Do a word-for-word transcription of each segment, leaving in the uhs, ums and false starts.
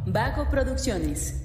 Vago Producciones.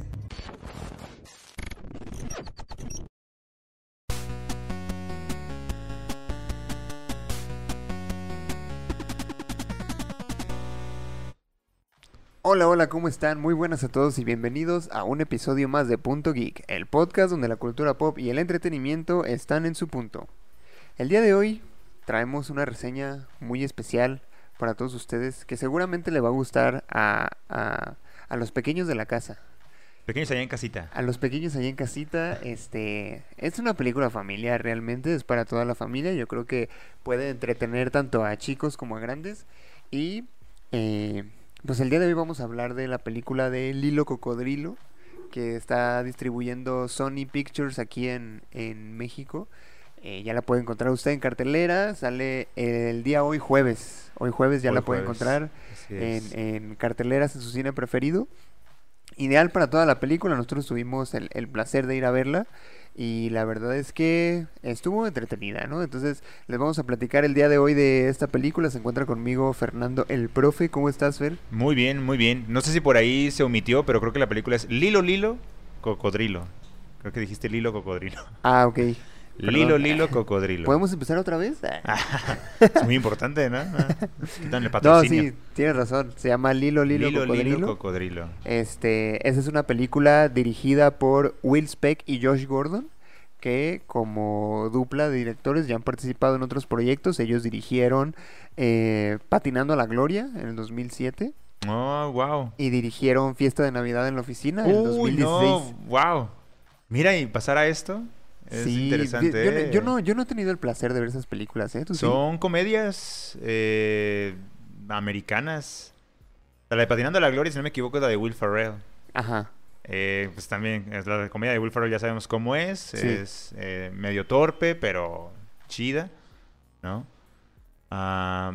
Hola, hola, ¿cómo están? Muy buenas a todos y bienvenidos a un episodio más de Punto Geek, el podcast donde la cultura pop y el entretenimiento están en su punto. El día de hoy traemos una reseña muy especial para todos ustedes que seguramente le va a gustar a, a, a los pequeños de la casa. Pequeños allá en casita. A los pequeños allá en casita, este, es una película familiar realmente, es para toda la familia. Yo creo que puede entretener tanto a chicos como a grandes. Y eh, pues el día de hoy vamos a hablar de la película de Lilo Cocodrilo, que está distribuyendo Sony Pictures aquí en, en México. Eh, ya la puede encontrar usted en cartelera, sale el día hoy jueves. Hoy jueves ya Hoy la puede jueves, encontrar así en, es. en carteleras en su cine preferido. Ideal para toda la película, nosotros tuvimos el, el placer de ir a verla y la verdad es que estuvo entretenida, ¿no? Entonces les vamos a platicar el día de hoy de esta película. Se encuentra conmigo Fernando el Profe. ¿Cómo estás, Fer? Muy bien, muy bien. No sé si por ahí se omitió, pero creo que la película es Lilo, Lilo, Cocodrilo. Creo que dijiste Lilo, Cocodrilo. Ah, ok. Lilo, Perdón. Lilo, Cocodrilo. ¿Podemos empezar otra vez? Es muy importante, ¿no? Quitan el No, patrocinio. sí, tienes razón. Se llama Lilo, Lilo, Lilo, Cocodrilo. Lilo, Cocodrilo. Este, esa es una película dirigida por Will Speck y Josh Gordon, que como dupla de directores ya han participado en otros proyectos. Ellos dirigieron eh, Patinando a la Gloria en el dos mil siete Oh, wow. y dirigieron Fiesta de Navidad en la Oficina en el dos Uy, mil dieciséis. no, wow. Mira, y pasar a esto es Sí, interesante. yo, yo no- ¿eh? yo no, yo no he tenido el placer de ver esas películas, ¿eh? ¿Tú sí? Son comedias eh, americanas. La de Patinando a la Gloria, si no me equivoco, es la de Will Ferrell. Ajá. Eh, pues también, es la comedia de Will Ferrell ya sabemos cómo es. Sí. Es eh, medio torpe, pero chida, ¿no? Ah,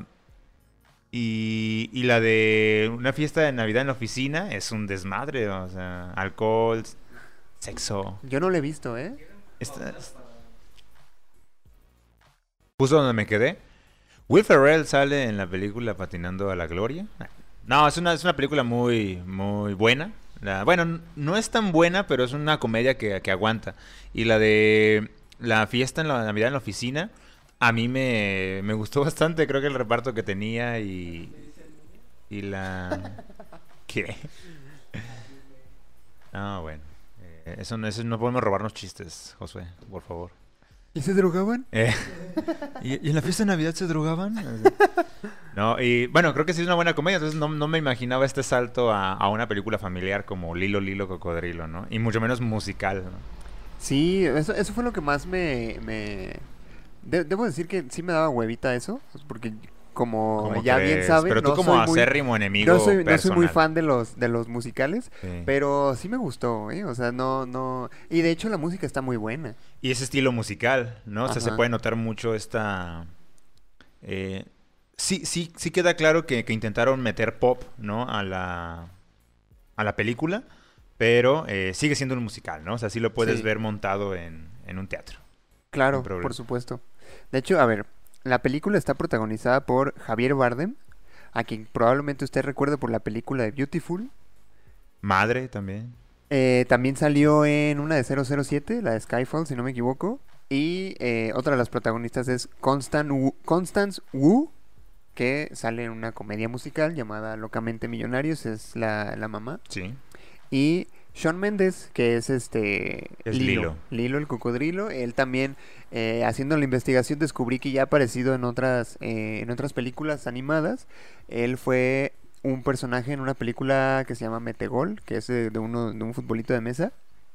y, y la de Una fiesta de Navidad en la oficina es un desmadre, o sea, alcohol, sexo. Yo no la he visto, ¿eh? Esta- Justo donde me quedé. Will Ferrell sale en la película Patinando a la Gloria. No, es una, es una película muy, muy buena. La- bueno, n- no es tan buena, pero es una comedia que, que aguanta. Y la de la fiesta en la Navidad en la oficina, a mí me, me gustó bastante. Creo que el reparto que tenía y, y la... ¿Qué? No, bueno. Eh, eso, no- eso no podemos robarnos chistes, Josué, por favor. ¿Y se drogaban? Eh, ¿y, y en la fiesta de Navidad se drogaban? No, y bueno, creo que sí es una buena comedia, entonces no, no me imaginaba este salto a, a una película familiar como Lilo, Lilo, Cocodrilo, ¿no? Y mucho menos musical, ¿no? Sí, eso, eso fue lo que más me... me... de- debo decir que sí me daba huevita eso, pues, porque como ¿Cómo ya bien crees? saben, Pero tú no como soy muy, acérrimo enemigo no soy, no soy personal. muy fan de los, de los musicales, Sí. pero sí me gustó, ¿eh? O sea, no, no... Y de hecho la música está muy buena. Y ese estilo musical, ¿no? O sea, se Ajá. puede notar mucho esta... eh, sí, sí, sí queda claro que, que intentaron meter pop, ¿no? A la, a la película, pero eh, sigue siendo un musical, ¿no? O sea, sí lo puedes Sí. ver montado en, en un teatro. Claro, Sin problema. por supuesto. De hecho, a ver, la película está protagonizada por Javier Bardem, a quien probablemente usted recuerde por la película de Beautiful. Madre también. Eh, también salió en una de cero cero siete, la de Skyfall, si no me equivoco. Y eh, otra de las protagonistas es Constan Wu- Constance Wu, que sale en una comedia musical llamada Locamente Millonarios, es la, la mamá. Sí. Y Shawn Mendes, que es este Es Lilo, Lilo. Lilo el cocodrilo. Él también, eh, haciendo la investigación, descubrí que ya ha aparecido en otras, eh, en otras películas animadas. Él fue un personaje en una película que se llama Metegol, que es de, de uno, de un futbolito de mesa.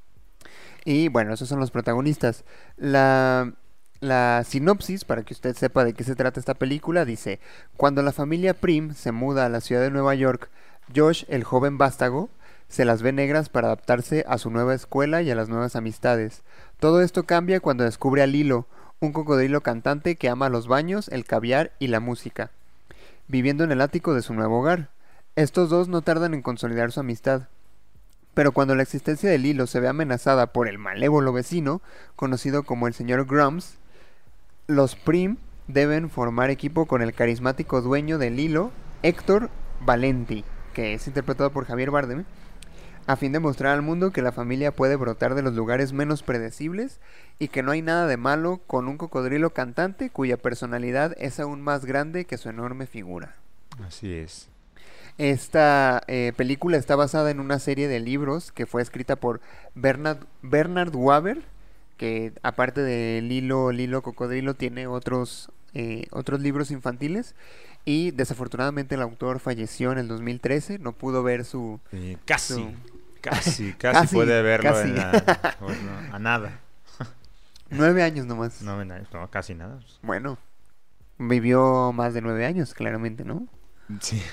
Y bueno, esos son los protagonistas. La, la sinopsis, para que usted sepa de qué se trata esta película, dice: cuando la familia Prim se muda a la ciudad de Nueva York, Josh, el joven vástago, se las ve negras para adaptarse a su nueva escuela y a las nuevas amistades. Todo esto cambia cuando descubre a Lilo, un cocodrilo cantante que ama los baños, el caviar y la música, viviendo en el ático de su nuevo hogar. Estos dos no tardan en consolidar su amistad. Pero cuando la existencia de Lilo se ve amenazada por el malévolo vecino, conocido como el señor Grumps, los Prim deben formar equipo con el carismático dueño de Lilo, Héctor Valenti, que es interpretado por Javier Bardem, a fin de mostrar al mundo que la familia puede brotar de los lugares menos predecibles y que no hay nada de malo con un cocodrilo cantante cuya personalidad es aún más grande que su enorme figura. Así es. Esta eh, película está basada en una serie de libros que fue escrita por Bernard, Bernard Waber, que aparte de Lilo, Lilo Cocodrilo tiene otros, eh, otros libros infantiles y desafortunadamente el autor falleció en el dos mil trece, no pudo ver su... Sí, casi, su... casi, casi, Casi, puede verlo casi. en la- bueno, a nada. Nueve años nomás. No, no, no, casi nada. Bueno, vivió más de nueve años, claramente, ¿no? Sí.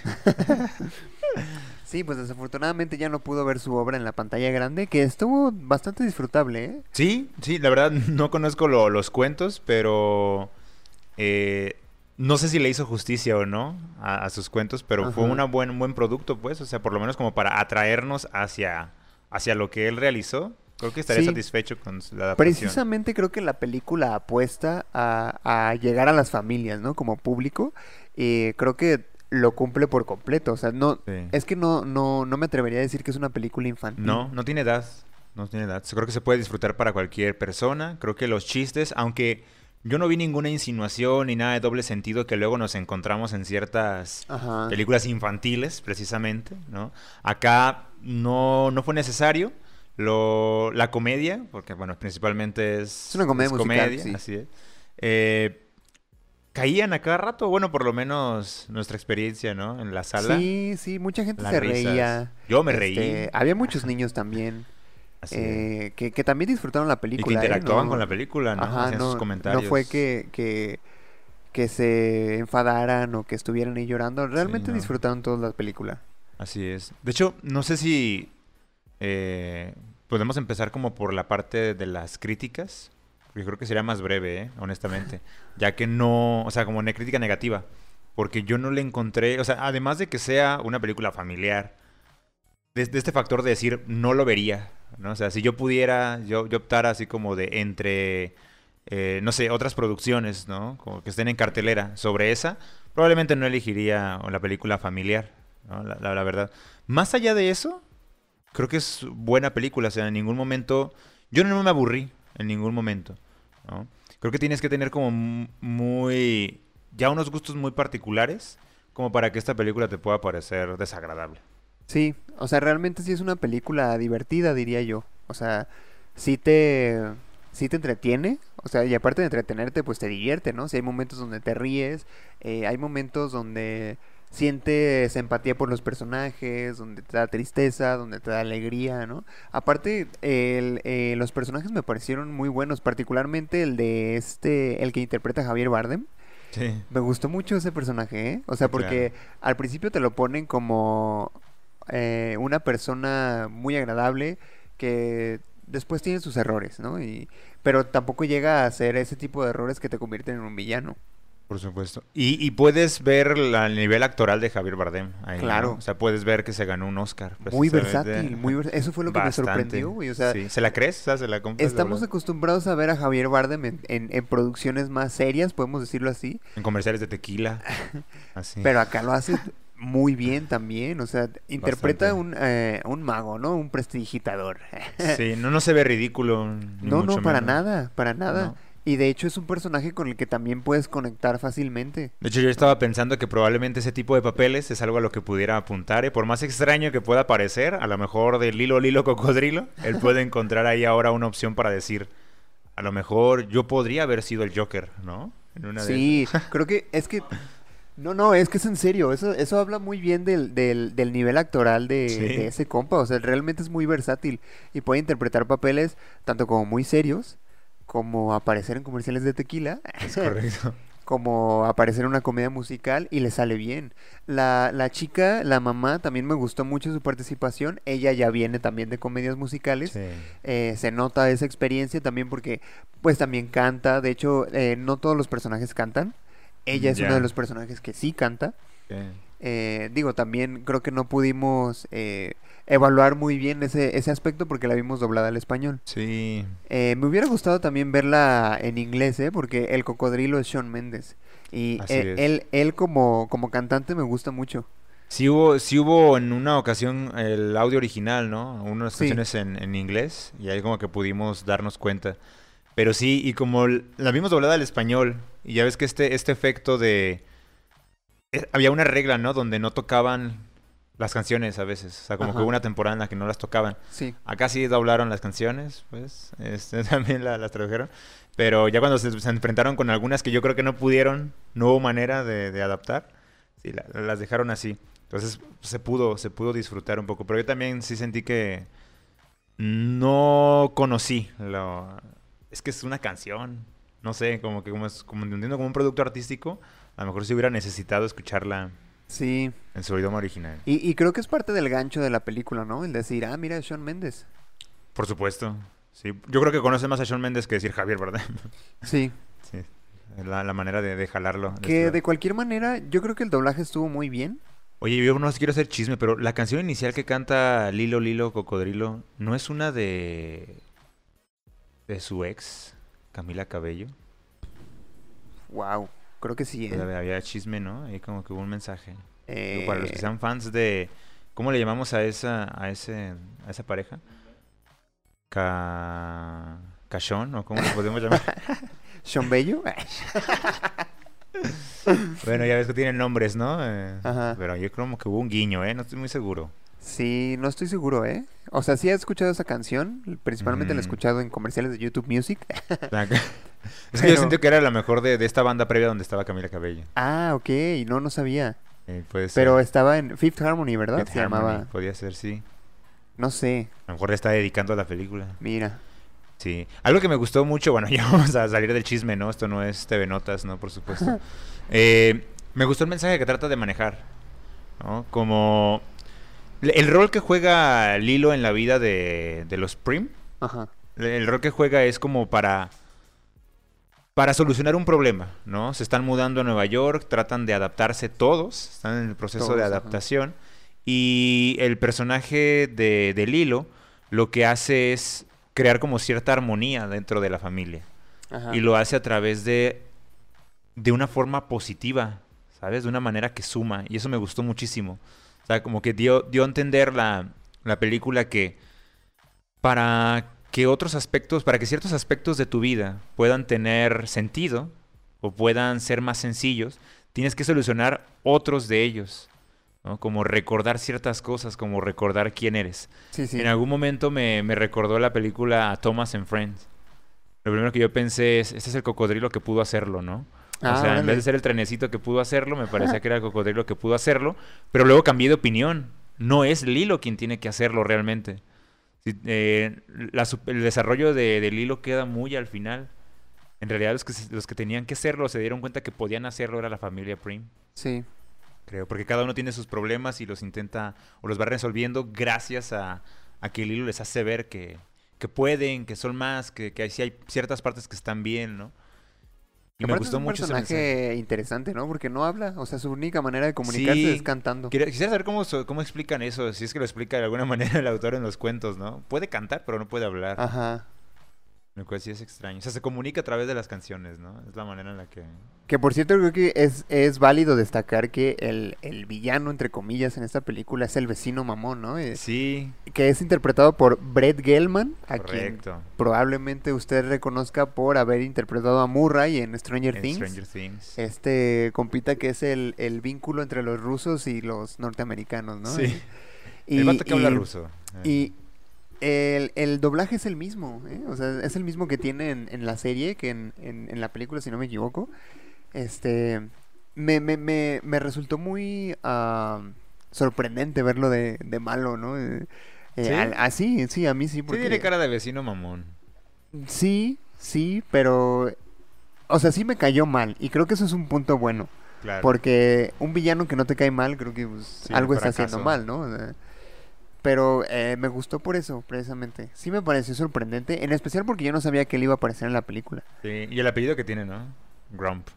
Sí, pues desafortunadamente ya no pudo ver su obra en la pantalla grande, que estuvo bastante disfrutable, ¿eh? Sí, sí, la verdad no conozco lo- los cuentos, pero eh, no sé si le hizo justicia o no a, a sus cuentos, pero fue Ajá. una buen, un buen producto, pues, o sea, por lo menos como para atraernos hacia, hacia lo que él realizó. Creo que estaría Sí. satisfecho con su- la adaptación. Precisamente creo que la película apuesta a, a llegar a las familias, ¿no? Como público, y creo que lo cumple por completo. O sea, no, Sí. es que no, no, no me atrevería a decir que es una película infantil. No, no tiene edad. No tiene edad. Creo que se puede disfrutar para cualquier persona. Creo que los chistes, aunque yo no vi ninguna insinuación ni nada de doble sentido que luego nos encontramos en ciertas Ajá. películas infantiles, precisamente, ¿no? Acá no, no fue necesario. Lo, la comedia, porque bueno, principalmente es, Es una comedia musical, sí. así es. Eh, caían a cada rato, bueno, por lo menos nuestra experiencia, ¿no? En la sala. Sí, sí, mucha gente Las se risas. reía. Yo me Este, reí. había muchos niños también Así es. eh, que, que también disfrutaron la Y que película. ¿eh? interactuaban No- con la película, ¿no? Ajá, Hacían no, sus comentarios. no fue que, que, que se enfadaran o que estuvieran ahí llorando. Realmente no. disfrutaron toda la película. Así es. De hecho, no sé si eh, podemos empezar como por la parte de las críticas. Porque creo que sería más breve, ¿eh? Honestamente. Ya que no, o sea, como una crítica negativa. Porque yo no le encontré, o sea, además de que sea una película familiar, de, de este factor de decir no lo vería, ¿no? O sea, si yo pudiera, yo, yo optara así como de entre, eh, no sé, otras producciones, ¿no? Como que estén en cartelera sobre esa, probablemente no elegiría la película familiar, ¿no? La, la- la verdad. Más allá de eso, creo que es buena película, o sea, en ningún momento, yo no me aburrí en ningún momento, ¿no? Creo que tienes que tener como mu- muy, ya unos gustos muy particulares, como para que esta película te pueda parecer desagradable. Sí, o sea, realmente sí es una película divertida, diría yo. O sea, sí te, sí te entretiene, o sea, y aparte de entretenerte, pues te divierte, ¿no? Si hay momentos donde te ríes, eh, hay momentos donde sientes empatía por los personajes, donde te da tristeza, donde te da alegría, ¿no? Aparte, el, eh, los personajes me parecieron muy buenos, particularmente el de este, el que interpreta a Javier Bardem. Sí. Me gustó mucho ese personaje, ¿eh? O sea, porque al principio te lo ponen como eh, una persona muy agradable que después tiene sus errores, ¿no? Y, pero tampoco llega a hacer ese tipo de errores que te convierten en un villano. Por supuesto. Y, y puedes ver la- el nivel actoral de Javier Bardem ahí, ¿no? Claro. O sea, puedes ver que se ganó un Oscar. Muy precisamente. versátil, muy vers- eso fue lo que me Bastante. sorprendió, güey. O sea, Sí. ¿Se la crees? O sea, ¿se la compras de estamos verdad? acostumbrados a ver a Javier Bardem en, en- en producciones más serias, podemos decirlo así, En comerciales de tequila. Así. pero acá lo hace muy bien también. O sea, interpreta Bastante. un, eh, un mago, ¿no? Un prestidigitador. Sí, no, no se ve ridículo. Ni No, mucho no, para menos. nada, para nada. No. Y de hecho es un personaje con el que también puedes conectar fácilmente. De hecho, yo estaba pensando que probablemente ese tipo de papeles es algo a lo que pudiera apuntar. ¿Eh? Por más extraño que pueda parecer, a lo mejor de Lilo Lilo Cocodrilo, él puede encontrar ahí ahora una opción para decir, a lo mejor yo podría haber sido el Joker, ¿no? En una de Sí, creo que es que... No, no, es que es en serio. Eso, eso habla muy bien del, del, del nivel actoral de, Sí. de ese compa. O sea, realmente es muy versátil y puede interpretar papeles tanto como muy serios, como aparecer en comerciales de tequila, Es correcto. como aparecer en una comedia musical y le sale bien. La, la chica, la mamá, también me gustó mucho su participación. Ella ya viene también de comedias musicales. Sí. Eh, se nota esa experiencia también porque pues también canta. De hecho, eh, no todos los personajes cantan. Ella es Ya. uno de los personajes que sí canta. Sí. Eh, digo, también creo que no pudimos eh, evaluar muy bien ese, ese aspecto porque la vimos doblada al español. Sí. Eh, me hubiera gustado también verla en inglés, ¿eh? Porque el cocodrilo es Shawn Mendes. Y Así él, es. él, él como, como cantante me gusta mucho. Sí hubo, sí hubo en una ocasión el audio original, ¿no? Unas Sí, canciones en, en inglés y ahí como que pudimos darnos cuenta. Pero sí, y como l- la vimos doblada al español, y ya ves que este, este efecto de... eh, había una regla, ¿no? Donde no tocaban las canciones a veces. O sea, como que hubo ajá, una temporada en la que no las tocaban. sí, Acá sí doblaron las canciones, pues, este, también la- las tradujeron. Pero ya cuando se, se enfrentaron con algunas que yo creo que no pudieron, no hubo manera de, de adaptar, sí, la- las dejaron así. Entonces se pudo, se pudo disfrutar un poco. Pero yo también sí sentí que no conocí lo... Es que es una canción. No sé, como que como es, como entiendo como un producto artístico, a lo mejor si hubiera necesitado escucharla sí. en su idioma original. Y, y creo que es parte del gancho de la película, ¿no? El decir, ah, mira, Shawn Mendes. Por supuesto. Sí, yo creo que conoce más a Shawn Mendes que decir Javier, ¿verdad? Sí, Sí, la, la manera de, de jalarlo. De este que lado. de cualquier manera, yo creo que el doblaje estuvo muy bien. Oye, yo no quiero hacer chisme, pero la canción inicial que canta Lilo, Lilo, Cocodrilo, ¿no es una de, de su ex, Camila Cabello? Wow, creo que sí, ¿eh? Había, había chisme, ¿no? Ahí como que hubo un mensaje. Digo, para los que Eh, sean fans de... ¿Cómo le llamamos a esa, a ese, a esa pareja? Ca... ¿Cachón? ¿O cómo le podemos llamar? ¿Shawn Bello? Bueno, ya ves que tienen nombres, ¿no? Eh, Ajá. pero yo creo como que hubo un guiño, ¿eh? No estoy muy seguro. Sí, no estoy seguro, ¿eh? O sea, sí he escuchado esa canción, principalmente la he Ujú. escuchado en comerciales de YouTube Music, La- Es que yo pero... sentí que era la mejor de, de esta banda previa donde estaba Camila Cabello. Ah, ok, no, no sabía. Eh, puede Pero ser. estaba en Fifth Harmony, ¿verdad? Fifth Se Harmony, llamaba... podía ser, sí. No sé, A lo mejor le está dedicando a la película. mira. Sí. Algo que me gustó mucho, bueno, ya vamos a salir del chisme, ¿no? Esto no es T V Notas, ¿no? Por supuesto. Eh, me gustó el mensaje que trata de manejar, ¿no? Como el rol que juega Lilo en la vida de, de los Prim, Ajá, el rol que juega es como para, para solucionar un problema, ¿no? Se están mudando a Nueva York, tratan de adaptarse todos, están en el proceso de todos, ajá. adaptación, y el personaje de, de Lilo lo que hace es crear como cierta armonía dentro de la familia, Ajá. y lo hace a través de, de una forma positiva, ¿sabes? De una manera que suma, y eso me gustó muchísimo. O sea, como que dio, dio a entender la, la película que para que otros aspectos, para que ciertos aspectos de tu vida puedan tener sentido o puedan ser más sencillos, tienes que solucionar otros de ellos, ¿no? Como recordar ciertas cosas, como recordar quién eres. Sí, En sí. algún momento me, me recordó la película Thomas and Friends. Lo primero que yo pensé es, este es el cocodrilo que pudo hacerlo, ¿no? O Ah, sea, en vez de órale. ser el trenecito que pudo hacerlo, me parecía que era el cocodrilo que pudo hacerlo, pero luego cambié de opinión. No es Lilo quien tiene que hacerlo realmente. Sí, eh, la sup- el desarrollo de, de Lilo queda muy al final. En realidad los que, se- los que tenían que hacerlo se dieron cuenta que podían hacerlo era la familia Prim, Sí. creo, porque cada uno tiene sus problemas y los intenta o los va resolviendo gracias a, a que Lilo les hace ver que, que pueden, que son más, que, que sí hay ciertas partes que están bien, ¿no? Y me Aparte es gustó un mucho ese mensaje. personaje interesante, ¿no? Porque no habla, o sea, su única manera de comunicarse es Sí, cantando. quería- quisiera saber cómo, so- cómo explican eso, si es que lo explica de alguna manera el autor en los cuentos, ¿no? Puede cantar, pero no puede hablar. Ajá. Lo cual sí es extraño. O sea, se comunica a través de las canciones, ¿no? Es la manera en la que... Que por cierto, creo que es, es válido destacar que el, el villano, entre comillas, en esta película es el vecino mamón, ¿no? Eh, Sí, que es interpretado por Brett Gelman, a quien correcto. probablemente usted reconozca por haber interpretado a Murray en Stranger En Things. Stranger Things. Este compita que es el, el vínculo entre los rusos y los norteamericanos, ¿no? Sí. Y, El vato que habla y- ruso. Eh, y el, el doblaje es el mismo, ¿eh? O sea, es el mismo que tiene en, en la serie que en, en- en la película, si no me equivoco. Este, me, me, me, me resultó muy ah, sorprendente verlo de, de malo, ¿no? Eh, eh, ¿Sí? al- así, sí, a mí sí, Sí tiene porque cara de vecino mamón. sí, sí, pero, o sea, sí me cayó mal y creo que eso es un punto bueno, Claro. porque un villano que no te cae mal, creo que pues, Sí, algo un está haciendo fracaso. mal, ¿no? O sea, pero eh, me gustó por eso, precisamente. Sí me pareció sorprendente, en especial porque yo no sabía que él iba a aparecer en la película. Sí, y el apellido que tiene, ¿no? Grump.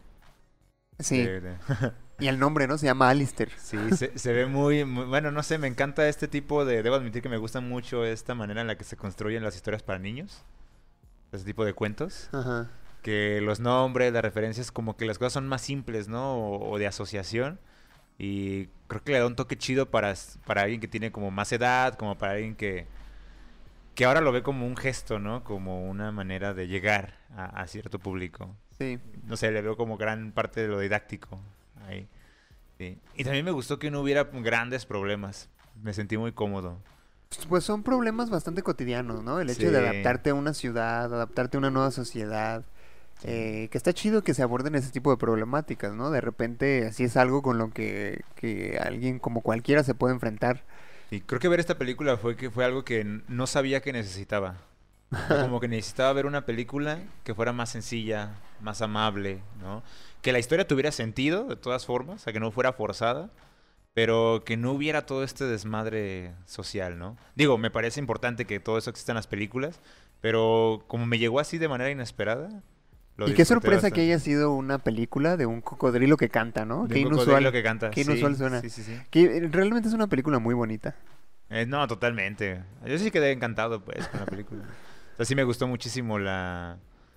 Sí, De- de- y el nombre, ¿no? Se llama Alistair. Sí, se, se ve muy, muy- bueno, no sé, me encanta este tipo de... Debo admitir que me gusta mucho esta manera en la que se construyen las historias para niños. Ese tipo de cuentos. Ajá. Que los nombres, las referencias, como que las cosas son más simples, ¿no? O, o de asociación. Y creo que le da un toque chido para, para alguien que tiene como más edad, como para alguien que, que ahora lo ve como un gesto, ¿no? Como una manera de llegar a, a cierto público. Sí. No sé, le veo como gran parte de lo didáctico ahí. Sí. Y también me gustó que no hubiera grandes problemas. Me sentí muy cómodo. Pues son problemas bastante cotidianos, ¿no? El hecho de Sí, adaptarte a una ciudad, adaptarte a una nueva sociedad. sí. Eh, que está chido que se aborden ese tipo de problemáticas, ¿no? De repente así es algo con lo que, que alguien como cualquiera se puede enfrentar. Y creo que ver esta película fue que fue algo que n- no sabía que necesitaba. O sea, como que necesitaba ver una película que fuera más sencilla, más amable, ¿no? Que la historia tuviera sentido, de todas formas, o sea, que no fuera forzada, pero que no hubiera todo este desmadre social, ¿no? Digo, me parece importante que todo eso exista en las películas, pero como me llegó así de manera inesperada, lo Y qué disfruté sorpresa que bastante. haya sido una película de un cocodrilo que canta, ¿no? De Qué un cocodrilo inusual, que canta, qué inusual sí, suena. sí, sí, sí. Que eh, realmente es una película muy bonita. Eh, no, totalmente. Yo sí quedé encantado, pues, con la película. O sea, sí me gustó muchísimo la,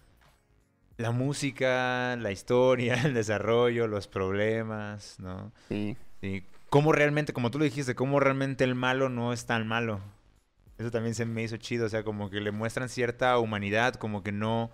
la música, la historia, el desarrollo, los problemas, ¿no? Sí. Y cómo realmente, como tú lo dijiste, cómo realmente el malo no es tan malo. Eso también se me hizo chido, o sea, como que le muestran cierta humanidad, como que no,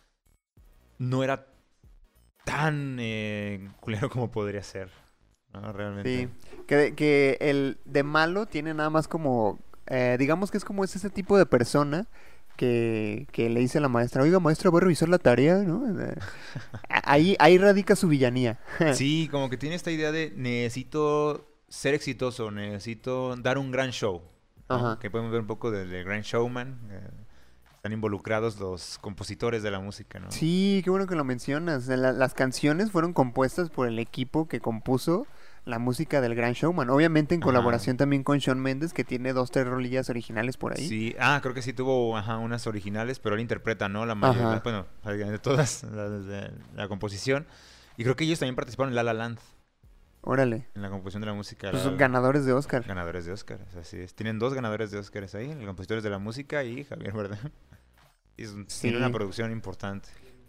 no era tan eh, culero como podría ser, ¿no? Sí, Realmente. que, de- que el de malo tiene nada más como, eh, digamos que es como es ese tipo de persona que, que le dice a la maestra, oiga maestra, voy a revisar la tarea, ¿no? Eh, a- Ahí, ahí radica su villanía. Sí, como que tiene esta idea de necesito ser exitoso, necesito dar un gran show, ¿no? Ajá. Que podemos ver un poco de, de Grand Showman. eh, están involucrados los compositores de la música, ¿no? Sí, qué bueno que lo mencionas. La- las canciones fueron compuestas por el equipo que compuso la música del Gran Showman. Obviamente en Ajá. colaboración también con Shawn Mendes, que tiene dos, tres rolillas originales por ahí. Sí, ah, creo que sí tuvo ajá, unas originales, pero él interpreta, ¿no? La mayoría, Ajá, bueno, de todas las de la composición. Y creo que ellos también participaron en La La Land, órale. en la composición de la música de Pues La La son Land. ganadores de Oscar. Ganadores de Oscar, así es. Tienen dos ganadores de Oscar ahí, el compositores de la música y Javier Bardem. Y es un- tiene una Sí. producción importante.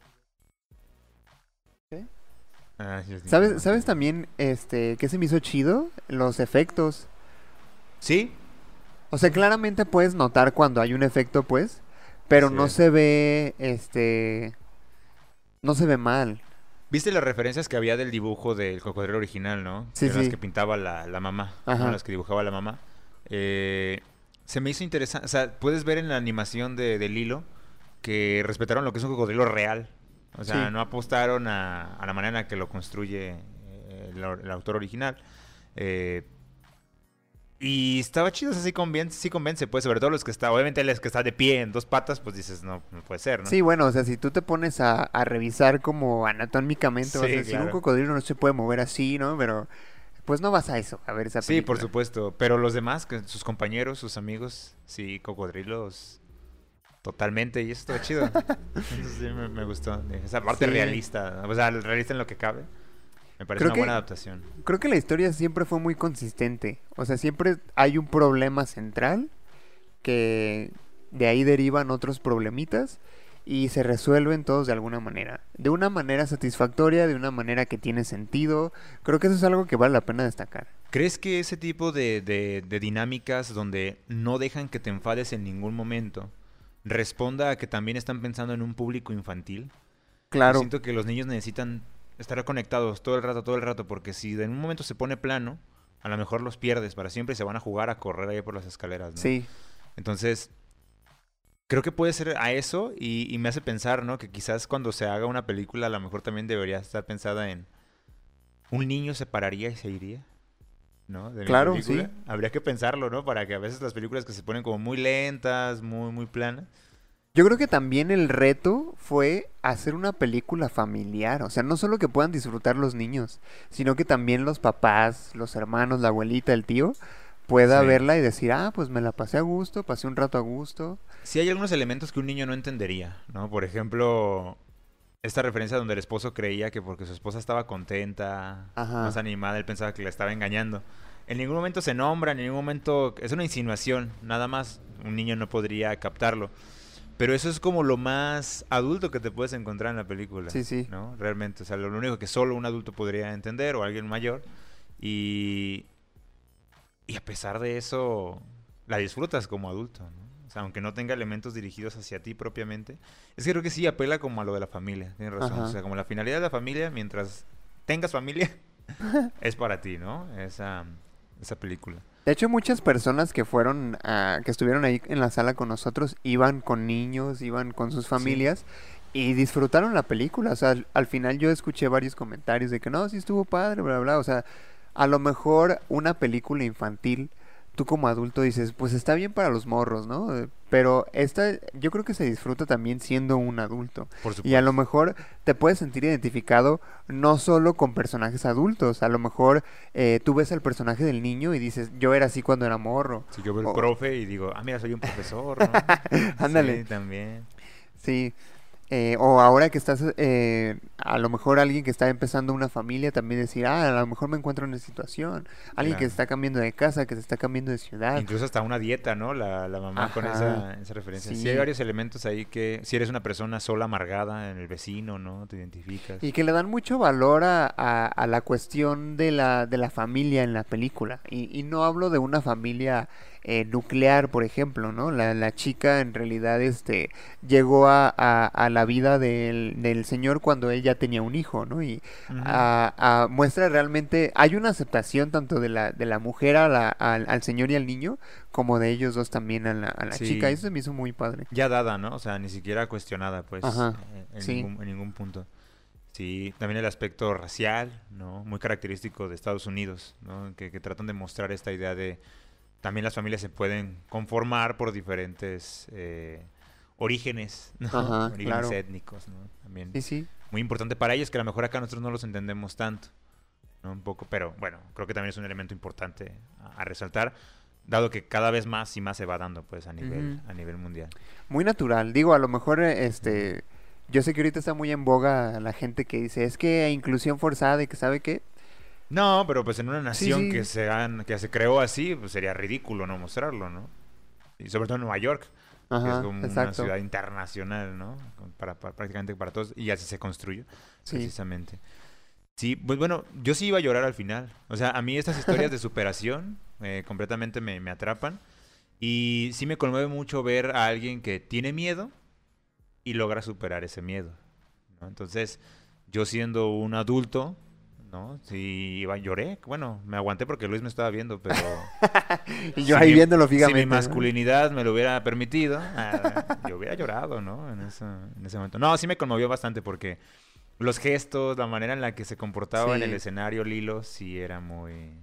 ¿Sí? Ah, sí, es ¿Sabes, importante. sabes también este qué se me hizo chido? Los efectos. Sí, O sea, claramente puedes notar cuando hay un efecto, pues, pero así no es. se ve, este, no se ve mal. ¿Viste las referencias que había del dibujo del cocodrilo original, no? Que Sí, eran las que sí. pintaba la, la mamá, ¿no? Ajá. Las que dibujaba la mamá. Eh, se me hizo interesante. O sea, puedes ver en la animación de, de Lilo que respetaron lo que es un cocodrilo real. O sea, Sí. no apostaron a, a la manera en la que lo construye eh, el, au- el autor original. Eh, y estaba chido, o sea, sí convence, sí convence, pues, sobre todo los que está, obviamente los que está de pie en dos patas, pues dices, no, no puede ser, ¿no? Sí, bueno, o sea, si tú te pones a, a revisar como anatómicamente, vas a Sí, decir, un claro. cocodrilo no se puede mover así, ¿no? Pero, pues no vas a eso, a ver esa Sí, por película. supuesto. Pero los demás, que sus compañeros, sus amigos, sí, cocodrilos, totalmente. Y eso estuvo chido. Eso sí me, me gustó. Esa parte Sí. realista, o sea, realista en lo que cabe. Me parece Creo una buena que, adaptación. creo que la historia siempre fue muy consistente. O sea, siempre hay un problema central que de ahí derivan otros problemitas y se resuelven todos de alguna manera. De una manera satisfactoria, de una manera que tiene sentido. Creo que eso es algo que vale la pena destacar. ¿Crees que ese tipo de, de- de dinámicas donde no dejan que te enfades en ningún momento responda a que también están pensando en un público infantil? Yo Claro, siento que los niños necesitan estar conectados todo el rato, todo el rato, porque si en un momento se pone plano, a lo mejor los pierdes para siempre y se van a jugar a correr ahí por las escaleras, ¿no? sí. Entonces, creo que puede ser a eso y, y me hace pensar, ¿no? Que quizás cuando se haga una película a lo mejor también debería estar pensada en un niño se pararía y se iría, ¿no? De mi Claro, sí. película. Habría que pensarlo, ¿no? Para que a veces las películas que se ponen como muy lentas, muy, muy planas. Yo creo que también el reto fue hacer una película familiar, o sea, no solo que puedan disfrutar los niños, sino que también los papás, los hermanos, la abuelita, el tío, pueda Sí. verla y decir, ah, pues me la pasé a gusto, pasé un rato a gusto. Sí hay algunos elementos que un niño no entendería, ¿no? Por ejemplo, esta referencia donde el esposo creía que porque su esposa estaba contenta, más Ajá, animada, él pensaba que la estaba engañando. En ningún momento se nombra, en ningún momento... Es una insinuación, nada más. Un niño no podría captarlo. Pero eso es como lo más adulto que te puedes encontrar en la película, sí, sí. ¿no? Realmente, o sea, lo único que solo un adulto podría entender o alguien mayor. Y, y a pesar de eso, la disfrutas como adulto, ¿no? O sea, aunque no tenga elementos dirigidos hacia ti propiamente. Es que creo que sí apela como a lo de la familia, tienes razón. Ajá. O sea, como la finalidad de la familia, mientras tengas familia, es para ti, ¿no? Esa, esa película. De hecho, muchas personas que fueron, ah, que estuvieron ahí en la sala con nosotros, iban con niños, iban con sus Sí. familias y disfrutaron la película. O sea, al, al final yo escuché varios comentarios de que no, sí estuvo padre, bla, bla. O sea, a lo mejor una película infantil, tú como adulto dices, pues está bien para los morros, ¿no? Eh, Pero esta, yo creo que se disfruta también siendo un adulto. Por Y a lo supuesto. mejor te puedes sentir identificado no solo con personajes adultos, a lo mejor eh, tú ves al personaje del niño y dices, yo era así cuando era morro. Si yo veo el O, profe y digo, ah, mira, soy un profesor, ¿no? ándale, Sí, también. sí. Eh, o ahora que estás, eh, a lo mejor alguien que está empezando una familia también decir, ah, a lo mejor me encuentro en una situación. Alguien que Claro. está cambiando de casa, que se está cambiando de ciudad. Incluso hasta una dieta, ¿no? La, la mamá con Ajá, esa, esa referencia. Sí hay sí. varios elementos ahí que, si eres una persona sola, amargada en el vecino, ¿no? Te identificas. Y que le dan mucho valor a, a- a la cuestión de la, de la familia en la película. Y, y no hablo de una familia eh, nuclear, por ejemplo, ¿no? La, la chica en realidad este, llegó a, a- a la vida del, del señor cuando él ya tenía un hijo, ¿no? Y Ujú. a- a- muestra realmente, hay una aceptación tanto de la, de la mujer a la- al, al señor y al niño, como de ellos dos también a la, a la chica. Sí, Eso se me hizo muy padre. ya dada, ¿no? O sea, ni siquiera cuestionada, pues, Ajá, eh, en sí, ningún, en ningún punto. Sí, también el aspecto racial, ¿no? Muy característico de Estados Unidos, ¿no? Que, que tratan de mostrar esta idea de también las familias se pueden conformar por diferentes eh, orígenes, ¿no? ajá, Orígenes claro. étnicos, ¿no? También Sí, sí. muy importante para ellos que a lo mejor acá nosotros no los entendemos tanto, ¿no? Un poco, pero bueno, creo que también es un elemento importante a, a resaltar, dado que cada vez más y más se va dando, pues, a nivel, Ujú. a nivel mundial. Muy natural. Digo, a lo mejor, eh, Ujú. este, yo sé que ahorita está muy en boga la gente que dice, es que inclusión forzada y que sabe qué. No, pero pues en una Sí, nación que sí. se, han- que se creó así, pues sería ridículo no mostrarlo, ¿no? Y sobre todo en Nueva York, que es Ajá, como una exacto. ciudad internacional, ¿no? Con- Para, para- prácticamente para todos, y así se construyó, Sí. precisamente. Sí, pues bueno, yo sí iba a llorar al final. O sea, a mí estas historias de superación eh, completamente me, me atrapan. Y sí me conmueve mucho ver a alguien que tiene miedo y logra superar ese miedo, ¿no? Entonces, yo siendo un adulto, ¿no? Sí, iba, lloré. Bueno, me aguanté porque Luis me estaba viendo, pero Y yo si ahí mi, viéndolo si mi fijamente, ¿no? masculinidad me lo hubiera permitido, ah, yo hubiera llorado, ¿no? En, esa- en ese momento. No, sí me conmovió bastante porque los gestos, la manera en la que se comportaba en el Sí. escenario Lilo, sí era muy...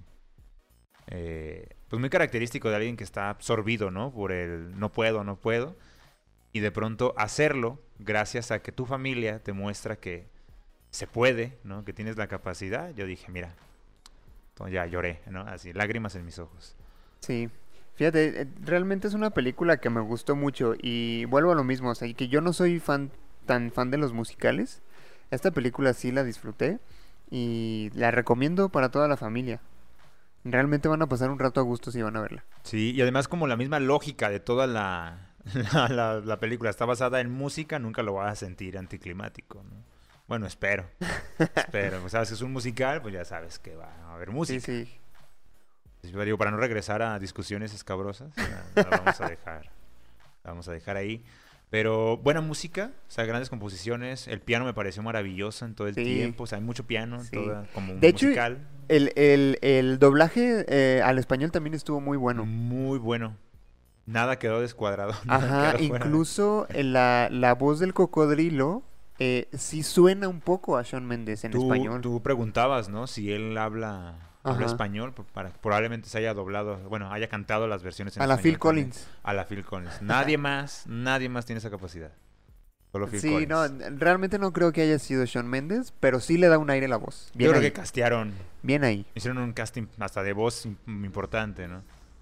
eh, pues muy característico de alguien que está absorbido, ¿no? Por el no puedo, no puedo. Y de pronto hacerlo gracias a que tu familia te muestra que se puede, ¿no? Que tienes la capacidad. Yo dije, mira, entonces ya lloré, ¿no? Así, lágrimas en mis ojos. Sí. Fíjate, eh, realmente es una película que me gustó mucho y vuelvo a lo mismo, o sea, y que yo no soy fan tan fan de los musicales. Esta película sí la disfruté y la recomiendo para toda la familia. Realmente van a pasar un rato a gusto si van a verla. Sí, y además como la misma lógica de toda la, la, la- la película está basada en música, nunca lo vas a sentir anticlimático, ¿no? Bueno, espero, espero. Pues sabes que es un musical, pues ya sabes que va a haber Sí, música. sí. Yo digo, para no regresar a discusiones escabrosas, la, la vamos a dejar, la vamos a dejar ahí. Pero buena música, o sea, grandes composiciones. El piano me pareció maravilloso en todo el Sí, tiempo, o sea, hay mucho piano, sí. toda, como un De hecho, musical. el, el, el doblaje eh, al español también estuvo muy bueno. Muy bueno. Nada quedó descuadrado, nada Ajá, quedó fuera de... incluso en la, la voz del cocodrilo eh, sí suena un poco a Shawn Mendes en Tú, español. tú preguntabas, ¿no? Si él habla, habla Ajá. español, por- para, probablemente se haya doblado, bueno, haya cantado las versiones en A la Phil español también. Collins. A la Phil Collins. Nadie más, nadie más tiene esa capacidad. Solo Phil Sí, no, Collins. realmente no creo que haya sido Shawn Mendes, pero sí le da un aire a la voz. Yo Bien creo que ahí, castearon, bien ahí. hicieron un casting hasta de voz im- importante, ¿no?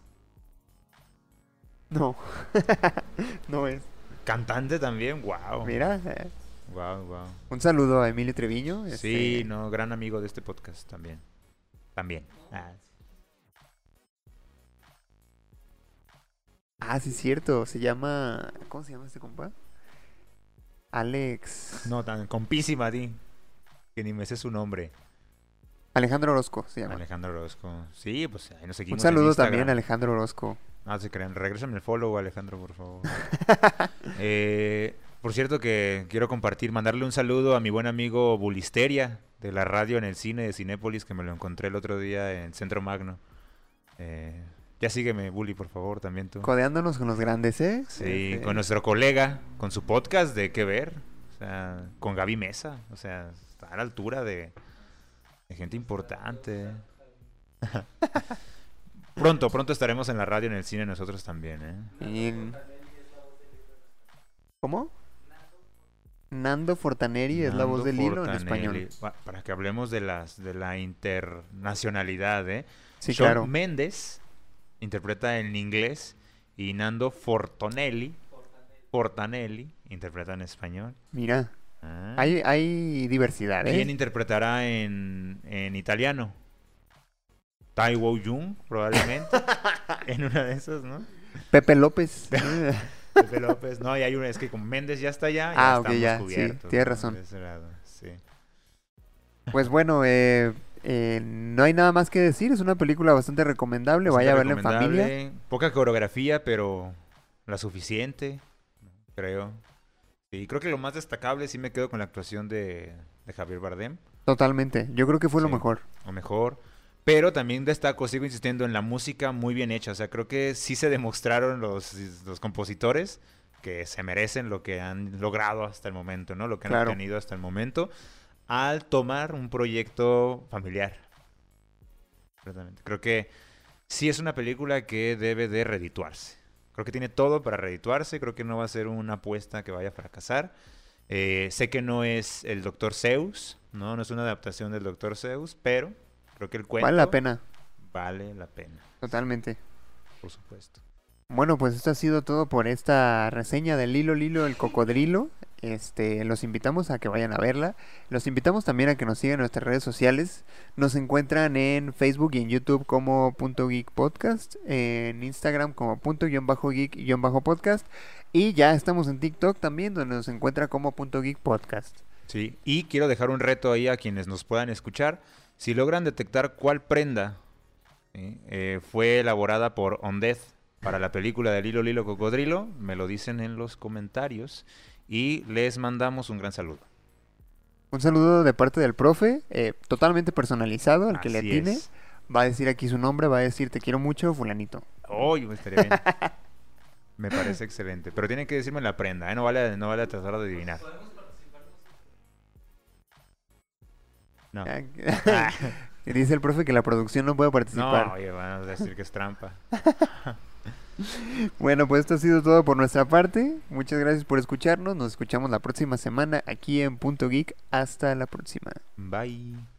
No, no es. Cantante también, wow. Mira, eh, Wow, wow. un saludo a Emilio Treviño. Sí, Este, no, gran amigo de este podcast también. También. Ah, ah, sí, cierto, se llama, ¿cómo se llama este compa? Alex. no, tan compísima, di. Que ni me sé su nombre. Alejandro Orozco se llama. Alejandro Orozco. Sí, pues ahí nos Un seguimos en saludo Instagram. también a Alejandro Orozco. Ah, se crean. Regrésame el follow, Alejandro, por favor. eh, por cierto que quiero compartir, mandarle un saludo a mi buen amigo Bulisteria, de la radio en el cine de Cinépolis, que me lo encontré el otro día en Centro Magno. Eh, ya sígueme, Bully, por favor, también tú. Codeándonos con los grandes, ¿eh? Sí, Este, con nuestro colega, con su podcast de Qué Ver, o sea, con Gaby Mesa, o sea, está a la altura de, de gente importante. Pronto, pronto estaremos en la radio, en el cine nosotros también, ¿eh? y- ¿Cómo? Nando Fortaneri es la Nando voz del hilo en Fortanelli. español. Pa- Para que hablemos de las de la internacionalidad, ¿eh? Sí, Shawn claro. Mendes interpreta en inglés y Nando Fortonelli, Fortanelli interpreta en español. Mira, Ah. hay, hay diversidad, ¿Quién ¿eh? interpretará en, en italiano? Tai Wo Jung, probablemente. En una de esas, ¿no? Pepe López. Pepe López. No, y hay una, es que como Méndez ya está allá, ya Ah, ok, estamos ya, sí, cubiertos. tienes ¿no? razón. De ese lado, sí. Pues bueno, eh, eh, no hay nada más que decir. Es una película bastante recomendable. Vaya a verla en Bastante familia. recomendable, poca coreografía, pero la suficiente, creo. Y creo que lo más destacable sí me quedo con la actuación de, de Javier Bardem, Totalmente. Yo creo que fue lo Sí. mejor. o mejor. Pero también destaco, sigo insistiendo, en la música muy bien hecha. O sea, creo que sí se demostraron los, los compositores que se merecen lo que han logrado hasta el momento, ¿no? Lo que han Claro. obtenido hasta el momento al tomar un proyecto familiar. Completamente. Creo que sí es una película que debe de redituarse. Creo que tiene todo para redituarse. Creo que no va a ser una apuesta que vaya a fracasar. Eh, sé que no es el Doctor Seuss, ¿no? No es una adaptación del Doctor Seuss, pero creo que el cuento Vale la pena. vale la pena, Totalmente. por supuesto. Bueno, pues esto ha sido todo por esta reseña de Lilo Lilo el Cocodrilo. Este, los invitamos a que vayan a verla. Los invitamos también a que nos sigan en nuestras redes sociales. Nos encuentran en Facebook y en YouTube como Punto Geek Podcast, en Instagram como Punto guión bajo Geek guión bajo Podcast, y ya estamos en TikTok también, donde nos encuentra como Punto Geek Podcast. Sí, y quiero dejar un reto ahí a quienes nos puedan escuchar. Si logran detectar cuál prenda ¿sí? eh, fue elaborada por Ondez para la película de Lilo Lilo Cocodrilo, me lo dicen en los comentarios y les mandamos un gran saludo. Un saludo de parte del profe, eh, totalmente personalizado, al que le Así atine. es. Va a decir aquí su nombre, va a decir te quiero mucho, fulanito. Oh, estaría bien. Me parece excelente. Pero tienen que decirme la prenda, ¿eh? No vale, no vale tratar de adivinar. No. Ah, Dice el profe que la producción no puede No, participar. oye, van a decir que es trampa. Bueno, pues esto ha sido todo por nuestra parte. Muchas gracias por escucharnos. Nos escuchamos la próxima semana aquí en Punto Geek. Hasta la próxima. Bye.